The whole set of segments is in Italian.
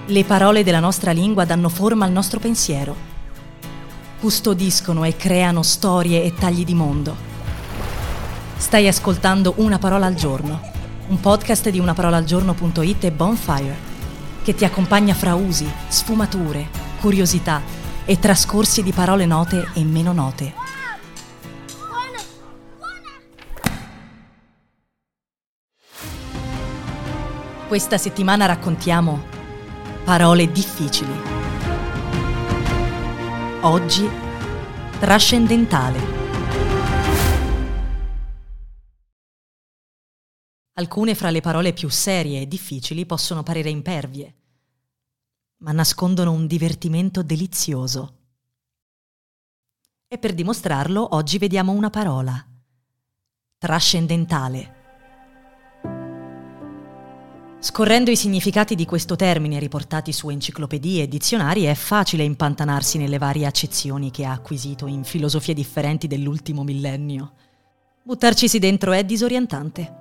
Le parole della nostra lingua danno forma al nostro pensiero, custodiscono e creano storie e tagli di mondo. Stai ascoltando Una parola al giorno, un podcast di unaparolaalgiorno.it e Bonfire, che ti accompagna fra usi, sfumature, curiosità e trascorsi di parole note e meno note. Questa settimana raccontiamo parole difficili. Oggi, trascendentale. Alcune fra le parole più serie e difficili possono parere impervie, ma nascondono un divertimento delizioso. E per dimostrarlo, oggi vediamo una parola: trascendentale. Scorrendo i significati di questo termine riportati su enciclopedie e dizionari, è facile impantanarsi nelle varie accezioni che ha acquisito in filosofie differenti dell'ultimo millennio. Buttarcisi dentro è disorientante.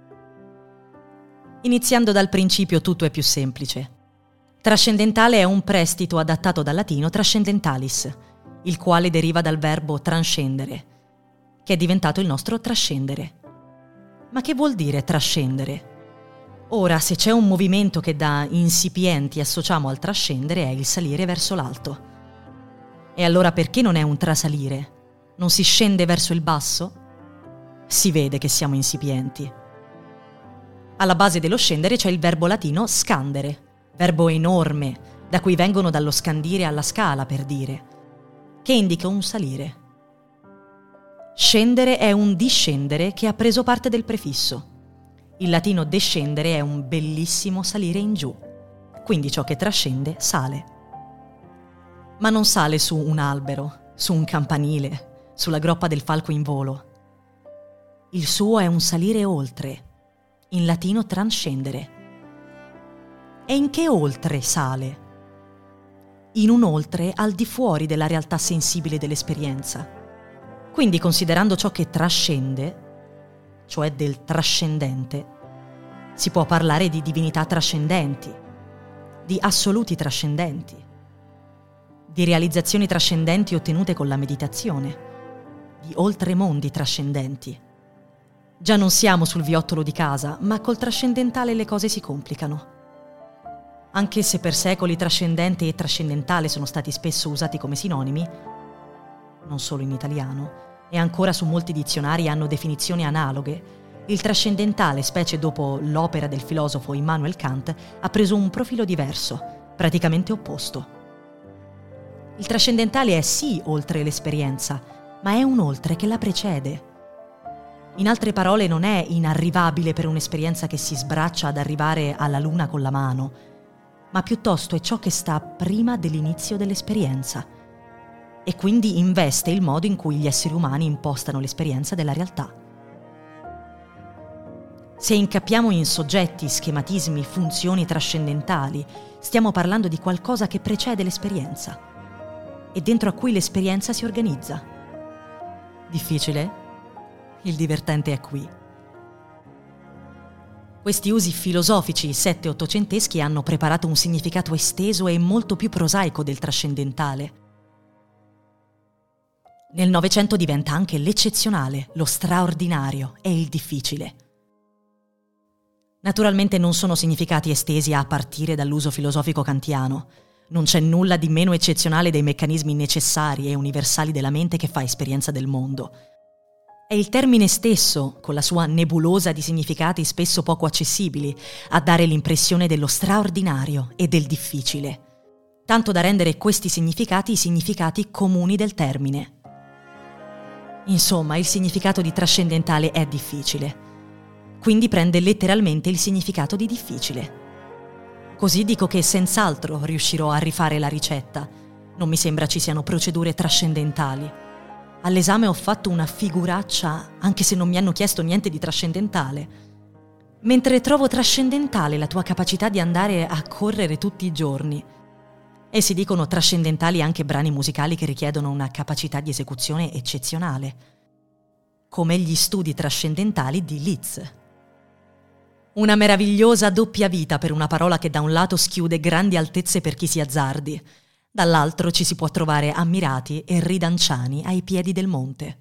Iniziando dal principio, tutto è più semplice. Trascendentale è un prestito adattato dal latino trascendentalis, il quale deriva dal verbo transcendere, che è diventato il nostro trascendere. Ma che vuol dire trascendere? Ora, se c'è un movimento che da insipienti associamo al trascendere, è il salire verso l'alto. E allora perché non è un trasalire? Non si scende verso il basso? Si vede che siamo insipienti. Alla base dello scendere c'è il verbo latino scandere, verbo enorme, da cui vengono dallo scandire alla scala, per dire, che indica un salire. Scendere è un discendere che ha preso parte del prefisso. Il latino descendere è un bellissimo salire in giù, quindi ciò che trascende sale. Ma non sale su un albero, su un campanile, sulla groppa del falco in volo. Il suo è un salire oltre, in latino transcendere. E in che oltre sale? In un oltre al di fuori della realtà sensibile dell'esperienza. Quindi, considerando ciò che trascende, cioè del trascendente, si può parlare di divinità trascendenti, di assoluti trascendenti, di realizzazioni trascendenti ottenute con la meditazione, di oltremondi trascendenti. Già non siamo sul viottolo di casa, ma col trascendentale le cose si complicano. Anche se per secoli trascendente e trascendentale sono stati spesso usati come sinonimi, non solo in italiano, e ancora su molti dizionari hanno definizioni analoghe, il trascendentale, specie dopo l'opera del filosofo Immanuel Kant, ha preso un profilo diverso, praticamente opposto. Il trascendentale è sì oltre l'esperienza, ma è un oltre che la precede. In altre parole, non è inarrivabile per un'esperienza che si sbraccia ad arrivare alla luna con la mano, ma piuttosto è ciò che sta prima dell'inizio dell'esperienza, e quindi investe il modo in cui gli esseri umani impostano l'esperienza della realtà. Se incappiamo in soggetti, schematismi, funzioni trascendentali, stiamo parlando di qualcosa che precede l'esperienza e dentro a cui l'esperienza si organizza. Difficile? Il divertente è qui. Questi usi filosofici sette-ottocenteschi hanno preparato un significato esteso e molto più prosaico del trascendentale. Nel Novecento diventa anche l'eccezionale, lo straordinario e il difficile. Naturalmente non sono significati estesi a partire dall'uso filosofico kantiano. Non c'è nulla di meno eccezionale dei meccanismi necessari e universali della mente che fa esperienza del mondo. È il termine stesso, con la sua nebulosa di significati spesso poco accessibili, a dare l'impressione dello straordinario e del difficile, tanto da rendere questi significati i significati comuni del termine. Insomma, il significato di trascendentale è difficile, quindi prende letteralmente il significato di difficile. Così dico che senz'altro riuscirò a rifare la ricetta. Non mi sembra ci siano procedure trascendentali. All'esame ho fatto una figuraccia, anche se non mi hanno chiesto niente di trascendentale. Mentre trovo trascendentale la tua capacità di andare a correre tutti i giorni. E si dicono trascendentali anche brani musicali che richiedono una capacità di esecuzione eccezionale, come gli studi trascendentali di Liszt. Una meravigliosa doppia vita per una parola che da un lato schiude grandi altezze per chi si azzardi, dall'altro ci si può trovare ammirati e ridanciani ai piedi del monte.